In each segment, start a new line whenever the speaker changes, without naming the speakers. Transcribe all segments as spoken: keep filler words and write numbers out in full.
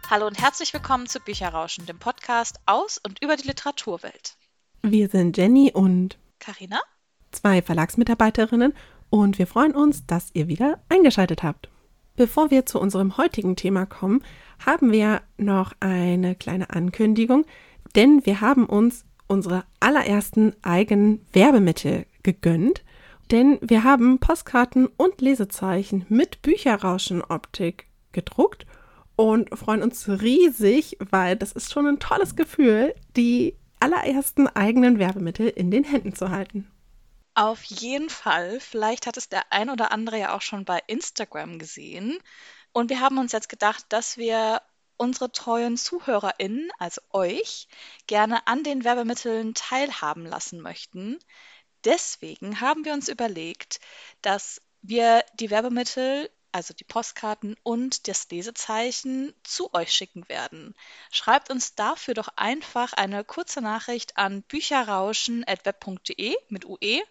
Hallo und herzlich willkommen zu Bücherrauschen, dem Podcast aus und über die Literaturwelt.
Wir sind Jenny und
Carina,
zwei Verlagsmitarbeiterinnen, und wir freuen uns, dass ihr wieder eingeschaltet habt. Bevor wir zu unserem heutigen Thema kommen, haben wir noch eine kleine Ankündigung, denn wir haben uns unsere allerersten eigenen Werbemittel gegönnt, denn wir haben Postkarten und Lesezeichen mit Bücherrauschen-Optik gedruckt und freuen uns riesig, weil das ist schon ein tolles Gefühl, die allerersten eigenen Werbemittel in den Händen zu halten.
auf jeden Fall. Vielleicht hat es der ein oder andere ja auch schon bei Instagram gesehen. Und wir haben uns jetzt gedacht, dass wir unsere treuen ZuhörerInnen, also euch, gerne an den Werbemitteln teilhaben lassen möchten. Deswegen haben wir uns überlegt, dass wir die Werbemittel, also die Postkarten und das Lesezeichen, zu euch schicken werden. Schreibt uns dafür doch einfach eine kurze Nachricht an bücherrauschen at web punkt de mit U E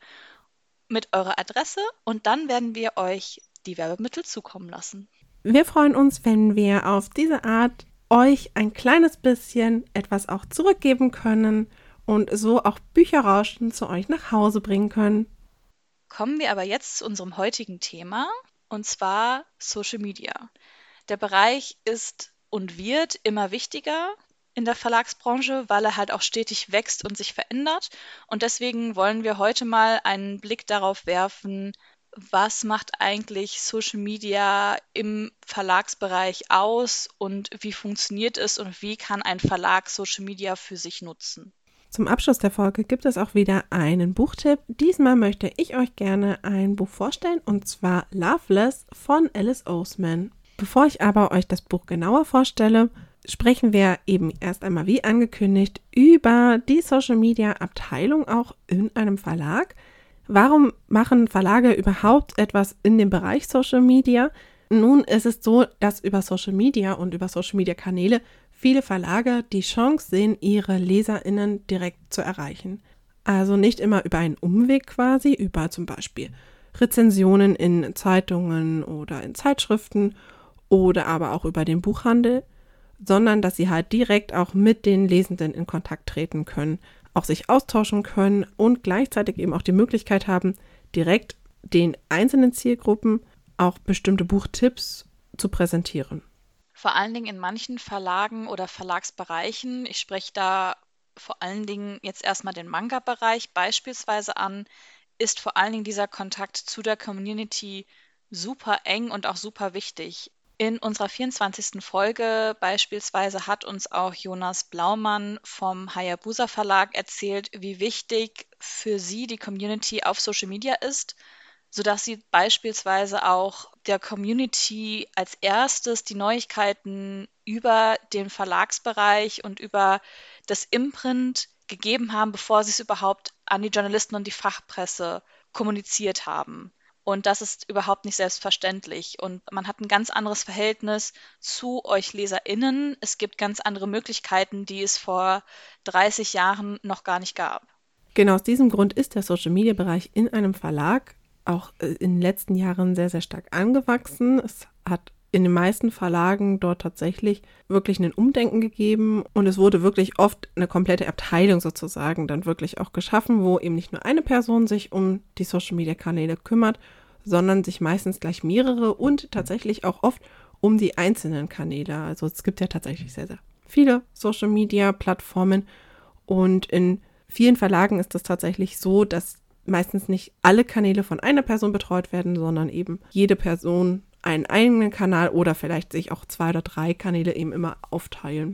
mit eurer Adresse und dann werden wir euch die Werbemittel zukommen lassen.
Wir freuen uns, wenn wir auf diese Art euch ein kleines bisschen etwas auch zurückgeben können und so auch Bücherrauschen zu euch nach Hause bringen können.
Kommen wir aber jetzt zu unserem heutigen Thema, und zwar Social Media. Der Bereich ist und wird immer wichtiger in der Verlagsbranche, weil er halt auch stetig wächst und sich verändert. Und deswegen wollen wir heute mal einen Blick darauf werfen, was macht eigentlich Social Media im Verlagsbereich aus und wie funktioniert es und wie kann ein Verlag Social Media für sich nutzen.
Zum Abschluss der Folge gibt es auch wieder einen Buchtipp. Diesmal möchte ich euch gerne ein Buch vorstellen, und zwar Loveless von Alice Oseman. Bevor ich aber euch das Buch genauer vorstelle, sprechen wir eben erst einmal, wie angekündigt, über die Social-Media-Abteilung auch in einem Verlag. Warum machen Verlage überhaupt etwas in dem Bereich Social Media? Nun ist es so, dass über Social Media und über Social Media Kanäle viele Verlage die Chance sehen, ihre LeserInnen direkt zu erreichen. Also nicht immer über einen Umweg quasi, über zum Beispiel Rezensionen in Zeitungen oder in Zeitschriften oder aber auch über den Buchhandel, sondern dass sie halt direkt auch mit den Lesenden in Kontakt treten können, auch sich austauschen können und gleichzeitig eben auch die Möglichkeit haben, direkt den einzelnen Zielgruppen auch bestimmte Buchtipps zu präsentieren.
Vor allen Dingen in manchen Verlagen oder Verlagsbereichen, ich spreche da vor allen Dingen jetzt erstmal den Manga-Bereich beispielsweise an, ist vor allen Dingen dieser Kontakt zu der Community super eng und auch super wichtig. In unserer vierundzwanzigsten Folge beispielsweise hat uns auch Jonas Blaumann vom Hayabusa Verlag erzählt, wie wichtig für sie die Community auf Social Media ist, sodass sie beispielsweise auch der Community als erstes die Neuigkeiten über den Verlagsbereich und über das Imprint gegeben haben, bevor sie es überhaupt an die Journalisten und die Fachpresse kommuniziert haben. Und das ist überhaupt nicht selbstverständlich. Und man hat ein ganz anderes Verhältnis zu euch LeserInnen. Es gibt ganz andere Möglichkeiten, die es vor dreißig Jahren noch gar nicht gab.
Genau aus diesem Grund ist der Social-Media-Bereich in einem Verlag auch in den letzten Jahren sehr, sehr stark angewachsen. Es hat in den meisten Verlagen dort tatsächlich wirklich ein Umdenken gegeben und es wurde wirklich oft eine komplette Abteilung sozusagen dann wirklich auch geschaffen, wo eben nicht nur eine Person sich um die Social-Media-Kanäle kümmert, sondern sich meistens gleich mehrere und tatsächlich auch oft um die einzelnen Kanäle. Also es gibt ja tatsächlich sehr, sehr viele Social-Media-Plattformen und in vielen Verlagen ist es tatsächlich so, dass meistens nicht alle Kanäle von einer Person betreut werden, sondern eben jede Person einen eigenen Kanal oder vielleicht sich auch zwei oder drei Kanäle eben immer aufteilen.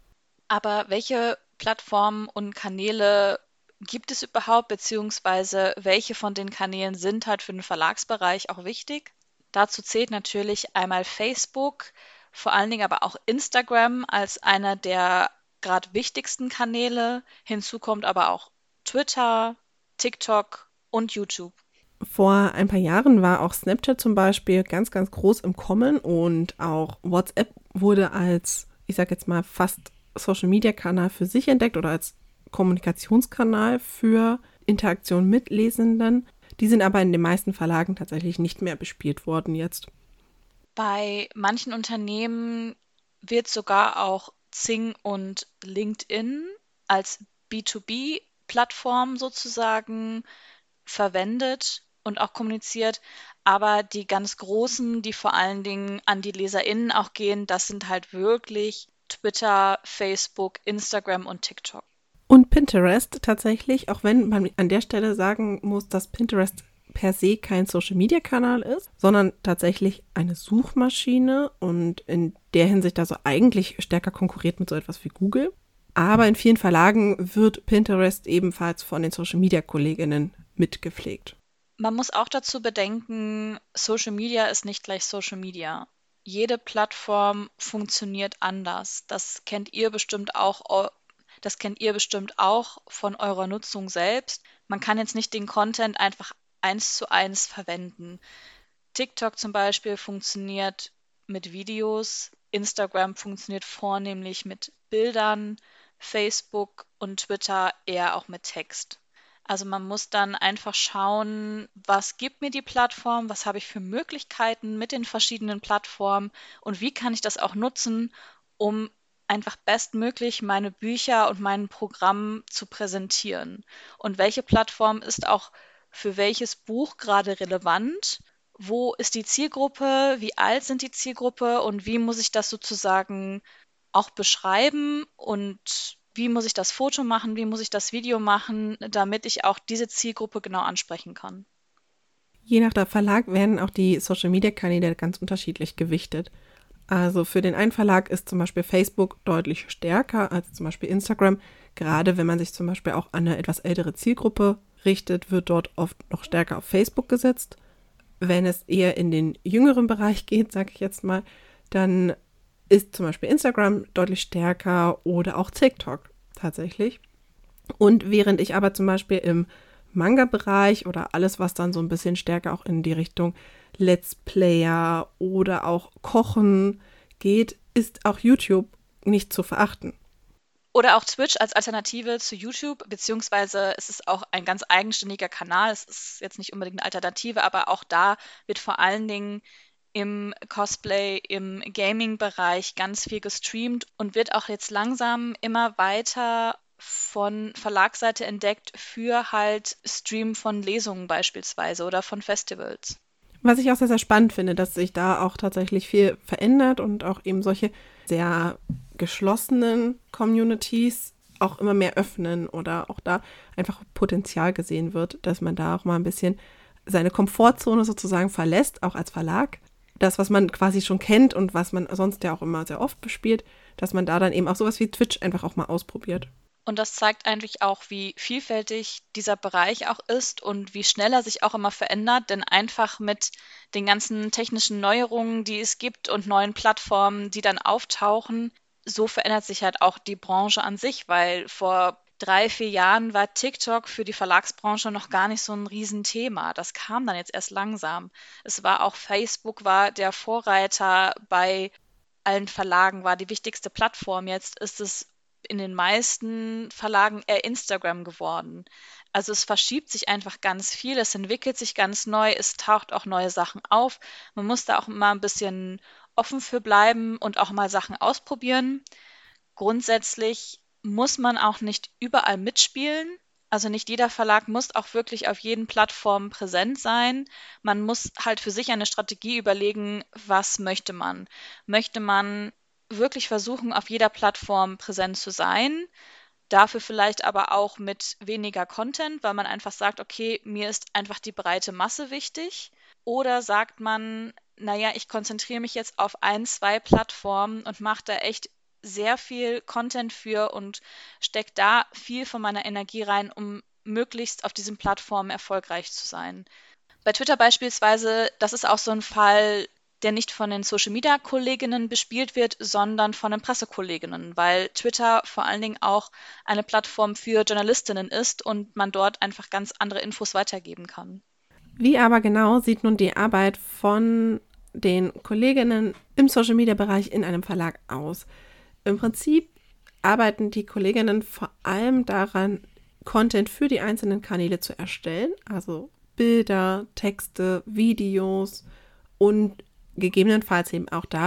Aber welche Plattformen und Kanäle gibt es überhaupt, beziehungsweise welche von den Kanälen sind halt für den Verlagsbereich auch wichtig? Dazu zählt natürlich einmal Facebook, vor allen Dingen aber auch Instagram als einer der gerade wichtigsten Kanäle. Hinzu kommt aber auch Twitter, TikTok und YouTube.
Vor ein paar Jahren war auch Snapchat zum Beispiel ganz, ganz groß im Kommen und auch WhatsApp wurde als, ich sag jetzt mal, fast Social-Media-Kanal für sich entdeckt oder als Kommunikationskanal für Interaktion mit Lesenden. Die sind aber in den meisten Verlagen tatsächlich nicht mehr bespielt worden jetzt.
Bei manchen Unternehmen wird sogar auch Xing und LinkedIn als B zwei B-Plattform sozusagen verwendet und auch kommuniziert. Aber die ganz großen, die vor allen Dingen an die LeserInnen auch gehen, das sind halt wirklich Twitter, Facebook, Instagram und TikTok.
Und Pinterest tatsächlich, auch wenn man an der Stelle sagen muss, dass Pinterest per se kein Social-Media-Kanal ist, sondern tatsächlich eine Suchmaschine und in der Hinsicht also eigentlich stärker konkurriert mit so etwas wie Google. Aber in vielen Verlagen wird Pinterest ebenfalls von den Social-Media-Kolleginnen mitgepflegt.
Man muss auch dazu bedenken, Social Media ist nicht gleich Social Media. Jede Plattform funktioniert anders. Das kennt ihr bestimmt auch, das kennt ihr bestimmt auch von eurer Nutzung selbst. Man kann jetzt nicht den Content einfach eins zu eins verwenden. TikTok zum Beispiel funktioniert mit Videos, Instagram funktioniert vornehmlich mit Bildern, Facebook und Twitter eher auch mit Text. Also man muss dann einfach schauen, was gibt mir die Plattform, was habe ich für Möglichkeiten mit den verschiedenen Plattformen und wie kann ich das auch nutzen, um einfach bestmöglich meine Bücher und mein Programm zu präsentieren. Und welche Plattform ist auch für welches Buch gerade relevant? Wo ist die Zielgruppe? Wie alt sind die Zielgruppe? Und wie muss ich das sozusagen auch beschreiben? Und wie muss ich das Foto machen? Wie muss ich das Video machen, damit ich auch diese Zielgruppe genau ansprechen kann?
Je nach der Verlag werden auch die Social-Media-Kanäle ganz unterschiedlich gewichtet. Also für den einen Verlag ist zum Beispiel Facebook deutlich stärker als zum Beispiel Instagram. Gerade wenn man sich zum Beispiel auch an eine etwas ältere Zielgruppe richtet, wird dort oft noch stärker auf Facebook gesetzt. Wenn es eher in den jüngeren Bereich geht, sage ich jetzt mal, dann ist zum Beispiel Instagram deutlich stärker oder auch TikTok tatsächlich. Und während ich aber zum Beispiel im Manga-Bereich oder alles, was dann so ein bisschen stärker auch in die Richtung Let's Player oder auch Kochen geht, ist auch YouTube nicht zu verachten.
Oder auch Twitch als Alternative zu YouTube, beziehungsweise es ist auch ein ganz eigenständiger Kanal. Es ist jetzt nicht unbedingt eine Alternative, aber auch da wird vor allen Dingen im Cosplay, im Gaming-Bereich ganz viel gestreamt und wird auch jetzt langsam immer weiter von Verlagsseite entdeckt für halt Stream von Lesungen beispielsweise oder von Festivals.
Was ich auch sehr, sehr spannend finde, dass sich da auch tatsächlich viel verändert und auch eben solche sehr geschlossenen Communities auch immer mehr öffnen oder auch da einfach Potenzial gesehen wird, dass man da auch mal ein bisschen seine Komfortzone sozusagen verlässt, auch als Verlag. Das, was man quasi schon kennt und was man sonst ja auch immer sehr oft bespielt, dass man da dann eben auch sowas wie Twitch einfach auch mal ausprobiert.
Und das zeigt eigentlich auch, wie vielfältig dieser Bereich auch ist und wie schnell er sich auch immer verändert, denn einfach mit den ganzen technischen Neuerungen, die es gibt und neuen Plattformen, die dann auftauchen, so verändert sich halt auch die Branche an sich, weil vor drei, vier Jahren war TikTok für die Verlagsbranche noch gar nicht so ein Riesenthema. Das kam dann jetzt erst langsam. Es war auch Facebook war der Vorreiter bei allen Verlagen, war die wichtigste Plattform. Jetzt ist es in den meisten Verlagen eher Instagram geworden. Also es verschiebt sich einfach ganz viel, es entwickelt sich ganz neu, es taucht auch neue Sachen auf. Man muss da auch immer ein bisschen offen für bleiben und auch mal Sachen ausprobieren. Grundsätzlich muss man auch nicht überall mitspielen. Also nicht jeder Verlag muss auch wirklich auf jeden Plattformen präsent sein. Man muss halt für sich eine Strategie überlegen, was möchte man. Möchte man wirklich versuchen, auf jeder Plattform präsent zu sein, dafür vielleicht aber auch mit weniger Content, weil man einfach sagt, okay, mir ist einfach die breite Masse wichtig. Oder sagt man, naja, ich konzentriere mich jetzt auf ein, zwei Plattformen und mache da echt sehr viel Content für und stecke da viel von meiner Energie rein, um möglichst auf diesen Plattformen erfolgreich zu sein. Bei Twitter beispielsweise, das ist auch so ein Fall, der nicht von den Social-Media-Kolleginnen bespielt wird, sondern von den Pressekolleginnen, weil Twitter vor allen Dingen auch eine Plattform für Journalistinnen ist und man dort einfach ganz andere Infos weitergeben kann.
Wie aber genau sieht nun die Arbeit von den Kolleginnen im Social-Media-Bereich in einem Verlag aus? Im Prinzip arbeiten die Kolleginnen vor allem daran, Content für die einzelnen Kanäle zu erstellen, also Bilder, Texte, Videos und gegebenenfalls eben auch da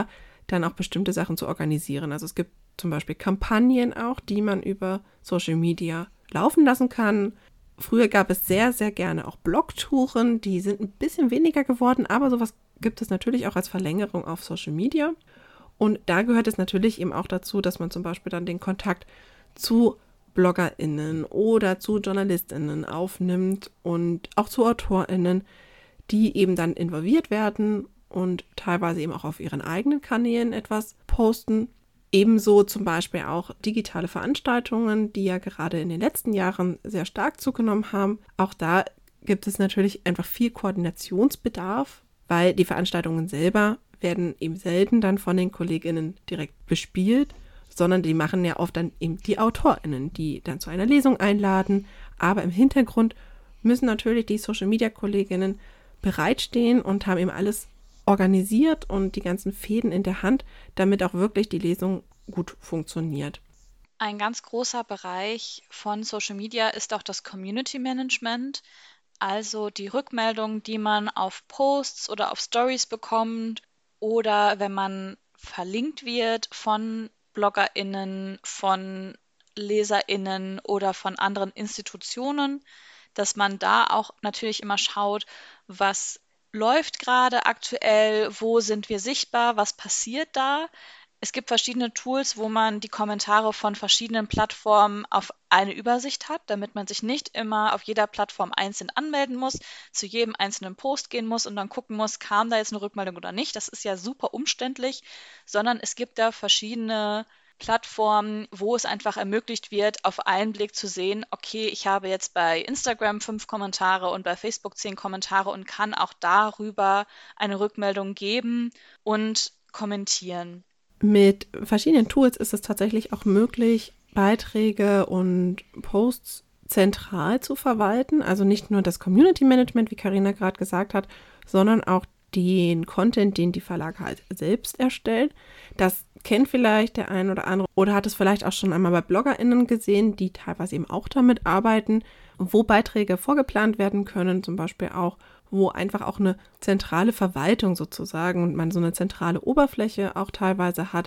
dann auch bestimmte Sachen zu organisieren. Also es gibt zum Beispiel Kampagnen auch, die man über Social Media laufen lassen kann. Früher gab es sehr, sehr gerne auch Blogtouren, die sind ein bisschen weniger geworden, aber sowas gibt es natürlich auch als Verlängerung auf Social Media. Und da gehört es natürlich eben auch dazu, dass man zum Beispiel dann den Kontakt zu BloggerInnen oder zu JournalistInnen aufnimmt und auch zu AutorInnen, die eben dann involviert werden und teilweise eben auch auf ihren eigenen Kanälen etwas posten. Ebenso zum Beispiel auch digitale Veranstaltungen, die ja gerade in den letzten Jahren sehr stark zugenommen haben. Auch da gibt es natürlich einfach viel Koordinationsbedarf, weil die Veranstaltungen selber werden eben selten dann von den KollegInnen direkt bespielt, sondern die machen ja oft dann eben die AutorInnen, die dann zu einer Lesung einladen. Aber im Hintergrund müssen natürlich die Social-Media-KollegInnen bereitstehen und haben eben alles organisiert und die ganzen Fäden in der Hand, damit auch wirklich die Lesung gut funktioniert.
Ein ganz großer Bereich von Social Media ist auch das Community Management, also die Rückmeldungen, die man auf Posts oder auf Stories bekommt oder wenn man verlinkt wird von BloggerInnen, von LeserInnen oder von anderen Institutionen, dass man da auch natürlich immer schaut, was läuft gerade aktuell, wo sind wir sichtbar, was passiert da. Es gibt verschiedene Tools, wo man die Kommentare von verschiedenen Plattformen auf eine Übersicht hat, damit man sich nicht immer auf jeder Plattform einzeln anmelden muss, zu jedem einzelnen Post gehen muss und dann gucken muss, kam da jetzt eine Rückmeldung oder nicht. Das ist ja super umständlich, sondern es gibt da verschiedene Plattformen, wo es einfach ermöglicht wird, auf einen Blick zu sehen, okay, ich habe jetzt bei Instagram fünf Kommentare und bei Facebook zehn Kommentare und kann auch darüber eine Rückmeldung geben und kommentieren.
Mit verschiedenen Tools ist es tatsächlich auch möglich, Beiträge und Posts zentral zu verwalten. Also nicht nur das Community Management, wie Carina gerade gesagt hat, sondern auch den Content, den die Verlage halt selbst erstellen. Das kennt vielleicht der ein oder andere oder hat es vielleicht auch schon einmal bei BloggerInnen gesehen, die teilweise eben auch damit arbeiten, wo Beiträge vorgeplant werden können, zum Beispiel auch, wo einfach auch eine zentrale Verwaltung sozusagen und man so eine zentrale Oberfläche auch teilweise hat,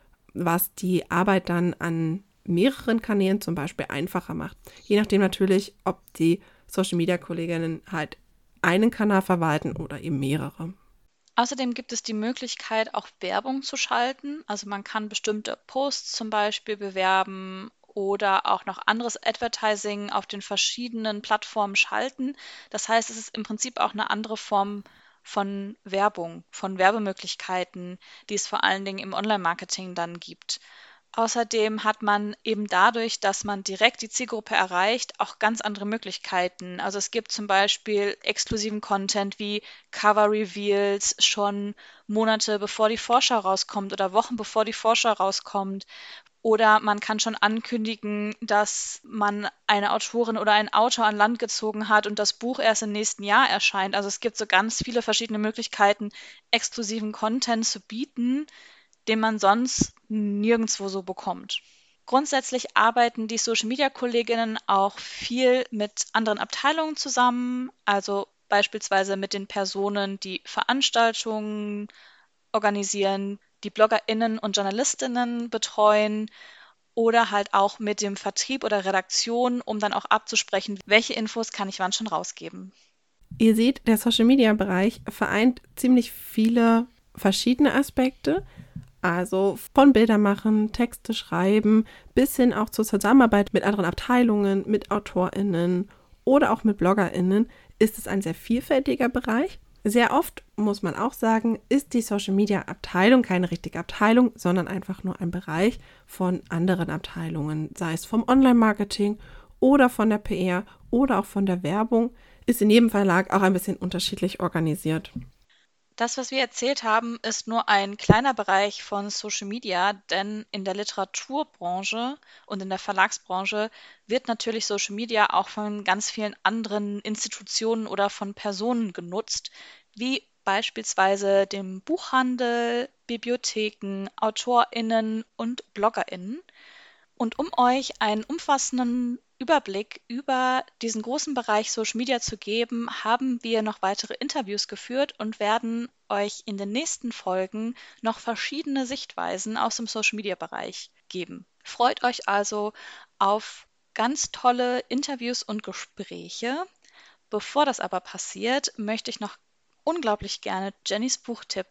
was die Arbeit dann an mehreren Kanälen zum Beispiel einfacher macht. Je nachdem natürlich, ob die Social-Media-Kolleginnen halt einen Kanal verwalten oder eben mehrere.
Außerdem gibt es die Möglichkeit, auch Werbung zu schalten. Also man kann bestimmte Posts zum Beispiel bewerben oder auch noch anderes Advertising auf den verschiedenen Plattformen schalten. Das heißt, es ist im Prinzip auch eine andere Form von Werbung, von Werbemöglichkeiten, die es vor allen Dingen im Online-Marketing dann gibt. Außerdem hat man eben dadurch, dass man direkt die Zielgruppe erreicht, auch ganz andere Möglichkeiten. Also es gibt zum Beispiel exklusiven Content wie Cover-Reveals schon Monate bevor die Vorschau rauskommt oder Wochen bevor die Vorschau rauskommt. Oder man kann schon ankündigen, dass man eine Autorin oder einen Autor an Land gezogen hat und das Buch erst im nächsten Jahr erscheint. Also es gibt so ganz viele verschiedene Möglichkeiten, exklusiven Content zu bieten, den man sonst nirgendwo so bekommt. Grundsätzlich arbeiten die Social-Media-Kolleginnen auch viel mit anderen Abteilungen zusammen, also beispielsweise mit den Personen, die Veranstaltungen organisieren, die BloggerInnen und JournalistInnen betreuen oder halt auch mit dem Vertrieb oder Redaktion, um dann auch abzusprechen, welche Infos kann ich wann schon rausgeben.
Ihr seht, der Social-Media-Bereich vereint ziemlich viele verschiedene Aspekte. Also von Bilder machen, Texte schreiben, bis hin auch zur Zusammenarbeit mit anderen Abteilungen, mit AutorInnen oder auch mit BloggerInnen ist es ein sehr vielfältiger Bereich. Sehr oft, muss man auch sagen, ist die Social-Media-Abteilung keine richtige Abteilung, sondern einfach nur ein Bereich von anderen Abteilungen, sei es vom Online-Marketing oder von der P R oder auch von der Werbung, ist in jedem Verlag auch ein bisschen unterschiedlich organisiert.
Das, was wir erzählt haben, ist nur ein kleiner Bereich von Social Media, denn in der Literaturbranche und in der Verlagsbranche wird natürlich Social Media auch von ganz vielen anderen Institutionen oder von Personen genutzt, wie beispielsweise dem Buchhandel, Bibliotheken, AutorInnen und BloggerInnen. Und um euch einen umfassenden Überblick über diesen großen Bereich Social Media zu geben, haben wir noch weitere Interviews geführt und werden euch in den nächsten Folgen noch verschiedene Sichtweisen aus dem Social Media Bereich geben. Freut euch also auf ganz tolle Interviews und Gespräche. Bevor das aber passiert, möchte ich noch unglaublich gerne Jennys Buchtipp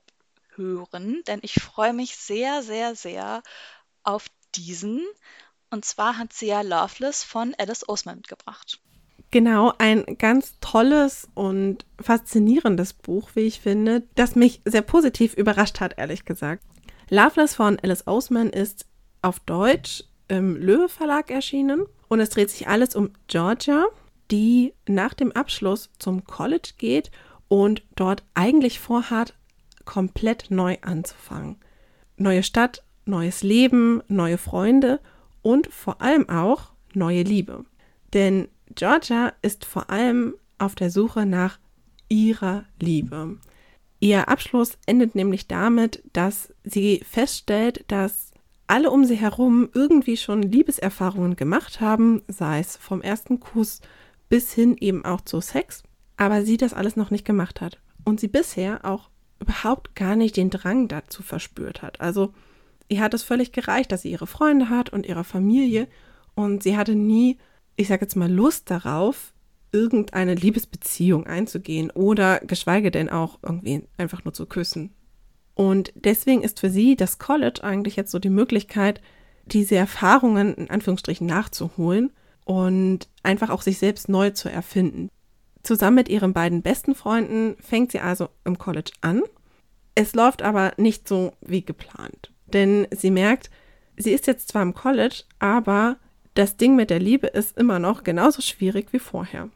hören, denn ich freue mich sehr, sehr, sehr auf diesen. Und zwar hat sie ja Loveless von Alice Oseman mitgebracht.
Genau, ein ganz tolles und faszinierendes Buch, wie ich finde, das mich sehr positiv überrascht hat, ehrlich gesagt. Loveless von Alice Oseman ist auf Deutsch im Löwe Verlag erschienen und es dreht sich alles um Georgia, die nach dem Abschluss zum College geht und dort eigentlich vorhat, komplett neu anzufangen. Neue Stadt, neues Leben, neue Freunde und vor allem auch neue Liebe. Denn Georgia ist vor allem auf der Suche nach ihrer Liebe. Ihr Abschluss endet nämlich damit, dass sie feststellt, dass alle um sie herum irgendwie schon Liebeserfahrungen gemacht haben, sei es vom ersten Kuss bis hin eben auch zu Sex, aber sie das alles noch nicht gemacht hat und sie bisher auch überhaupt gar nicht den Drang dazu verspürt hat. Also ihr hat es völlig gereicht, dass sie ihre Freunde hat und ihre Familie und sie hatte nie, ich sage jetzt mal, Lust darauf, irgendeine Liebesbeziehung einzugehen oder geschweige denn auch irgendwie einfach nur zu küssen. Und deswegen ist für sie das College eigentlich jetzt so die Möglichkeit, diese Erfahrungen in Anführungsstrichen nachzuholen und einfach auch sich selbst neu zu erfinden. Zusammen mit ihren beiden besten Freunden fängt sie also im College an. Es läuft aber nicht so wie geplant. Denn sie merkt, sie ist jetzt zwar im College, aber das Ding mit der Liebe ist immer noch genauso schwierig wie vorher.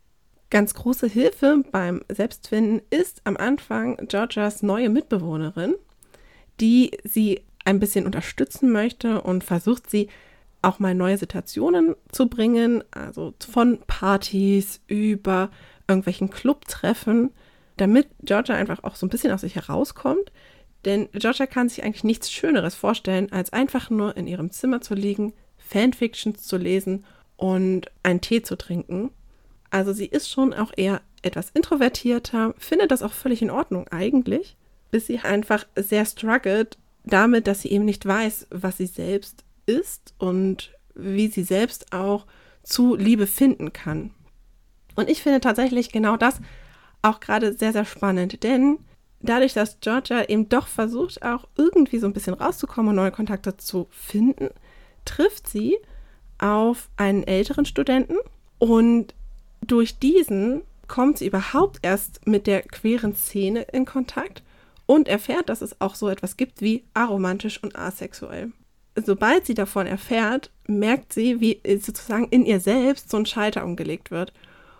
Ganz große Hilfe beim Selbstfinden ist am Anfang Georgias neue Mitbewohnerin, die sie ein bisschen unterstützen möchte und versucht sie auch mal neue Situationen zu bringen, also von Partys über irgendwelchen Clubtreffen, damit Georgia einfach auch so ein bisschen aus sich herauskommt. Denn Georgia kann sich eigentlich nichts Schöneres vorstellen, als einfach nur in ihrem Zimmer zu liegen, Fanfictions zu lesen und einen Tee zu trinken. Also sie ist schon auch eher etwas introvertierter, findet das auch völlig in Ordnung eigentlich, bis sie einfach sehr struggelt damit, dass sie eben nicht weiß, was sie selbst ist und wie sie selbst auch zu Liebe finden kann. Und ich finde tatsächlich genau das auch gerade sehr, sehr spannend, denn dadurch, dass Georgia eben doch versucht, auch irgendwie so ein bisschen rauszukommen und neue Kontakte zu finden, trifft sie auf einen älteren Studenten und durch diesen kommt sie überhaupt erst mit der queeren Szene in Kontakt und erfährt, dass es auch so etwas gibt wie aromantisch und asexuell. Sobald sie davon erfährt, merkt sie, wie sozusagen in ihr selbst so ein Schalter umgelegt wird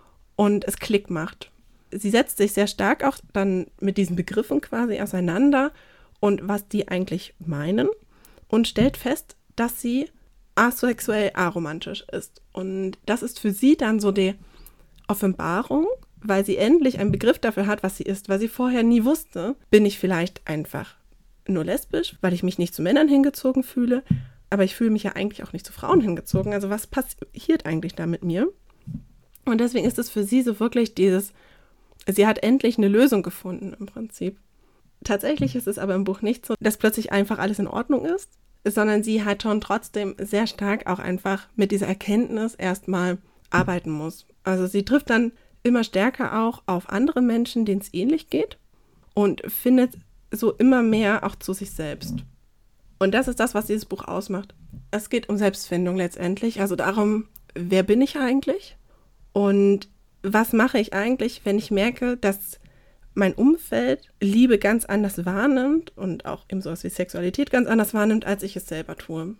und es Klick macht. Sie setzt sich sehr stark auch dann mit diesen Begriffen quasi auseinander und was die eigentlich meinen und stellt fest, dass sie asexuell aromantisch ist. Und das ist für sie dann so die Offenbarung, weil sie endlich einen Begriff dafür hat, was sie ist, weil sie vorher nie wusste, bin ich vielleicht einfach nur lesbisch, weil ich mich nicht zu Männern hingezogen fühle, aber ich fühle mich ja eigentlich auch nicht zu Frauen hingezogen. Also was passiert eigentlich da mit mir? Und deswegen ist es für sie so wirklich dieses, sie hat endlich eine Lösung gefunden im Prinzip. Tatsächlich ist es aber im Buch nicht so, dass plötzlich einfach alles in Ordnung ist, sondern sie halt schon trotzdem sehr stark auch einfach mit dieser Erkenntnis erstmal arbeiten muss. Also sie trifft dann immer stärker auch auf andere Menschen, denen es ähnlich geht und findet so immer mehr auch zu sich selbst. Und das ist das, was dieses Buch ausmacht. Es geht um Selbstfindung letztendlich, also darum, wer bin ich eigentlich und was mache ich eigentlich, wenn ich merke, dass mein Umfeld Liebe ganz anders wahrnimmt und auch eben sowas wie Sexualität ganz anders wahrnimmt, als ich es selber tue.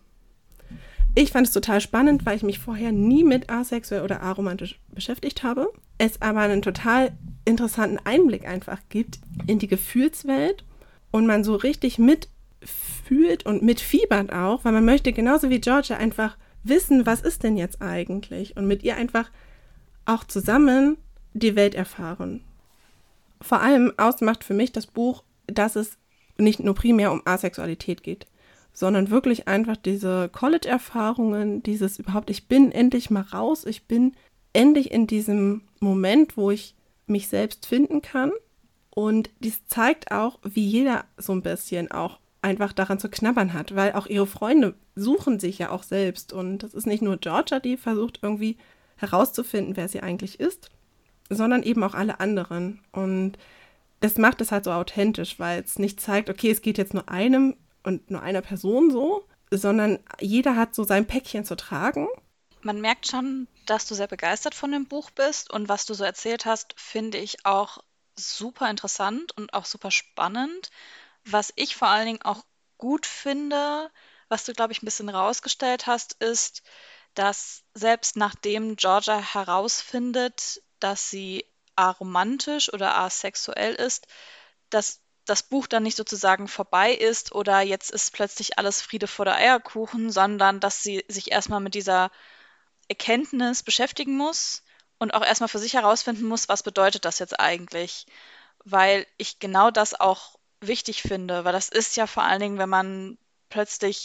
Ich fand es total spannend, weil ich mich vorher nie mit asexuell oder aromantisch beschäftigt habe. Es aber einen total interessanten Einblick einfach gibt in die Gefühlswelt und man so richtig mitfühlt und mitfiebert auch, weil man möchte genauso wie Georgia einfach wissen, was ist denn jetzt eigentlich und mit ihr einfach auch zusammen die Welt erfahren. Vor allem ausmacht für mich das Buch, dass es nicht nur primär um Asexualität geht, sondern wirklich einfach diese College-Erfahrungen, dieses überhaupt, ich bin endlich mal raus, ich bin endlich in diesem Moment, wo ich mich selbst finden kann. Und dies zeigt auch, wie jeder so ein bisschen auch einfach daran zu knabbern hat, weil auch ihre Freunde suchen sich ja auch selbst. Und das ist nicht nur Georgia, die versucht irgendwie herauszufinden, wer sie eigentlich ist, sondern eben auch alle anderen. Und das macht es halt so authentisch, weil es nicht zeigt, okay, es geht jetzt nur einem und nur einer Person so, sondern jeder hat so sein Päckchen zu tragen.
Man merkt schon, dass du sehr begeistert von dem Buch bist und was du so erzählt hast, finde ich auch super interessant und auch super spannend. Was ich vor allen Dingen auch gut finde, was du, glaube ich, ein bisschen rausgestellt hast, ist, dass selbst nachdem Georgia herausfindet, dass sie aromantisch oder asexuell ist, dass das Buch dann nicht sozusagen vorbei ist oder jetzt ist plötzlich alles Friede vor der Eierkuchen, sondern dass sie sich erstmal mit dieser Erkenntnis beschäftigen muss und auch erstmal für sich herausfinden muss, was bedeutet das jetzt eigentlich? Weil ich genau das auch wichtig finde, weil das ist ja vor allen Dingen, wenn man plötzlich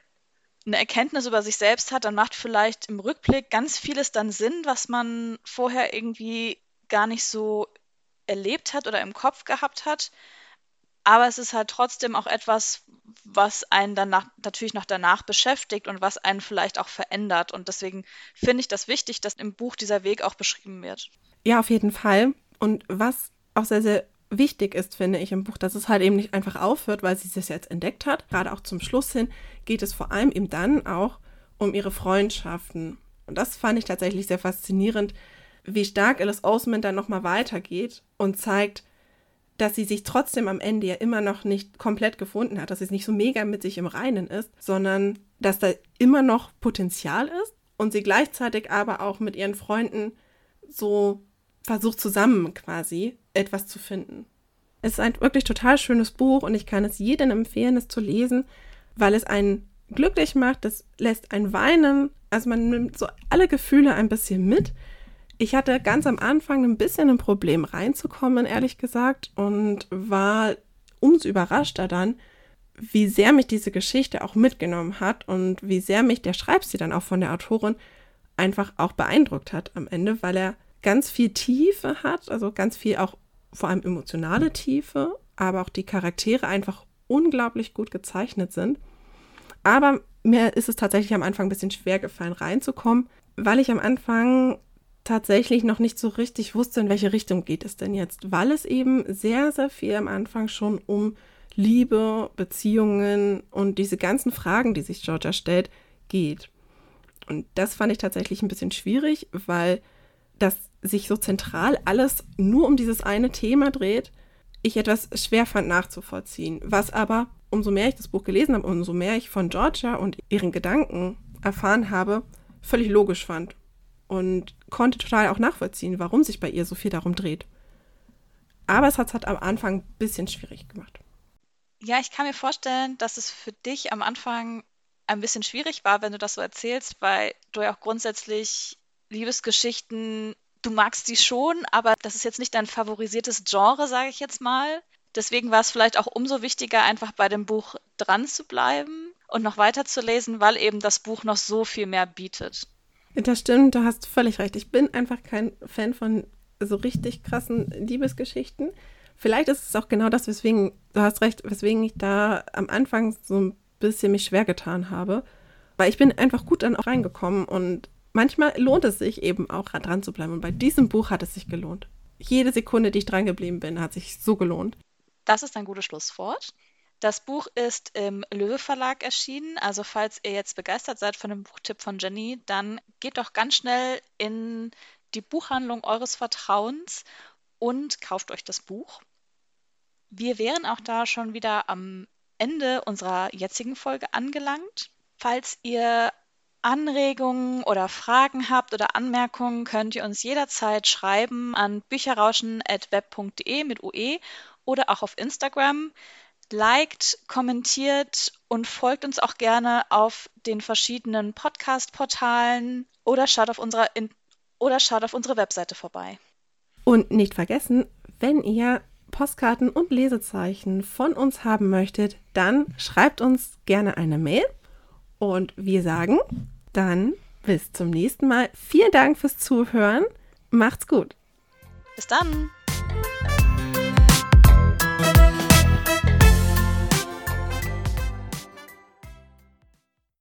eine Erkenntnis über sich selbst hat, dann macht vielleicht im Rückblick ganz vieles dann Sinn, was man vorher irgendwie gar nicht so erlebt hat oder im Kopf gehabt hat. Aber es ist halt trotzdem auch etwas, was einen dann nach, natürlich noch danach beschäftigt und was einen vielleicht auch verändert. Und deswegen finde ich das wichtig, dass im Buch dieser Weg auch beschrieben wird.
Ja, auf jeden Fall. Und was auch sehr, sehr wichtig ist, finde ich im Buch, dass es halt eben nicht einfach aufhört, weil sie das jetzt entdeckt hat. Gerade auch zum Schluss hin geht es vor allem eben dann auch um ihre Freundschaften. Und das fand ich tatsächlich sehr faszinierend, wie stark Alice Oseman dann nochmal weitergeht und zeigt, dass sie sich trotzdem am Ende ja immer noch nicht komplett gefunden hat, dass sie nicht so mega mit sich im Reinen ist, sondern dass da immer noch Potenzial ist und sie gleichzeitig aber auch mit ihren Freunden so versucht zusammen quasi etwas zu finden. Es ist ein wirklich total schönes Buch und ich kann es jedem empfehlen, es zu lesen, weil es einen glücklich macht, es lässt einen weinen, also man nimmt so alle Gefühle ein bisschen mit. Ich hatte ganz am Anfang ein bisschen ein Problem reinzukommen, ehrlich gesagt, und war umso überraschter dann, wie sehr mich diese Geschichte auch mitgenommen hat und wie sehr mich der Schreibstil dann auch von der Autorin einfach auch beeindruckt hat am Ende, weil er ganz viel Tiefe hat, also ganz viel auch vor allem emotionale Tiefe, aber auch die Charaktere einfach unglaublich gut gezeichnet sind. Aber mir ist es tatsächlich am Anfang ein bisschen schwer gefallen, reinzukommen, weil ich am Anfang tatsächlich noch nicht so richtig wusste, in welche Richtung geht es denn jetzt, weil es eben sehr, sehr viel am Anfang schon um Liebe, Beziehungen und diese ganzen Fragen, die sich Georgia stellt, geht. Und das fand ich tatsächlich ein bisschen schwierig, weil das sich so zentral alles nur um dieses eine Thema dreht, ich etwas schwer fand nachzuvollziehen. Was aber, umso mehr ich das Buch gelesen habe, umso mehr ich von Georgia und ihren Gedanken erfahren habe, völlig logisch fand. Und konnte total auch nachvollziehen, warum sich bei ihr so viel darum dreht. Aber es hat es halt am Anfang ein bisschen schwierig gemacht.
Ja, ich kann mir vorstellen, dass es für dich am Anfang ein bisschen schwierig war, wenn du das so erzählst, weil du ja auch grundsätzlich Liebesgeschichten, du magst die schon, aber das ist jetzt nicht dein favorisiertes Genre, sage ich jetzt mal. Deswegen war es vielleicht auch umso wichtiger, einfach bei dem Buch dran zu bleiben und noch weiter zu lesen, weil eben das Buch noch so viel mehr bietet.
Das stimmt, du hast völlig recht. Ich bin einfach kein Fan von so richtig krassen Liebesgeschichten. Vielleicht ist es auch genau das, weswegen, du hast recht, weswegen ich da am Anfang so ein bisschen mich schwer getan habe. Weil ich bin einfach gut dann auch reingekommen und manchmal lohnt es sich eben auch dran zu bleiben. Und bei diesem Buch hat es sich gelohnt. Jede Sekunde, die ich dran geblieben bin, hat sich so gelohnt.
Das ist ein gutes Schlusswort. Das Buch ist im Löwe Verlag erschienen, also falls ihr jetzt begeistert seid von dem Buchtipp von Jenny, dann geht doch ganz schnell in die Buchhandlung eures Vertrauens und kauft euch das Buch. Wir wären auch da schon wieder am Ende unserer jetzigen Folge angelangt. Falls ihr Anregungen oder Fragen habt oder Anmerkungen, könnt ihr uns jederzeit schreiben an bücherrauschen at web punkt de mit U E oder auch auf Instagram. Liked, kommentiert und folgt uns auch gerne auf den verschiedenen Podcast-Portalen oder schaut auf unserer In- oder schaut auf unsere Webseite vorbei.
Und nicht vergessen, wenn ihr Postkarten und Lesezeichen von uns haben möchtet, dann schreibt uns gerne eine Mail. Und wir sagen dann bis zum nächsten Mal. Vielen Dank fürs Zuhören. Macht's gut.
Bis dann.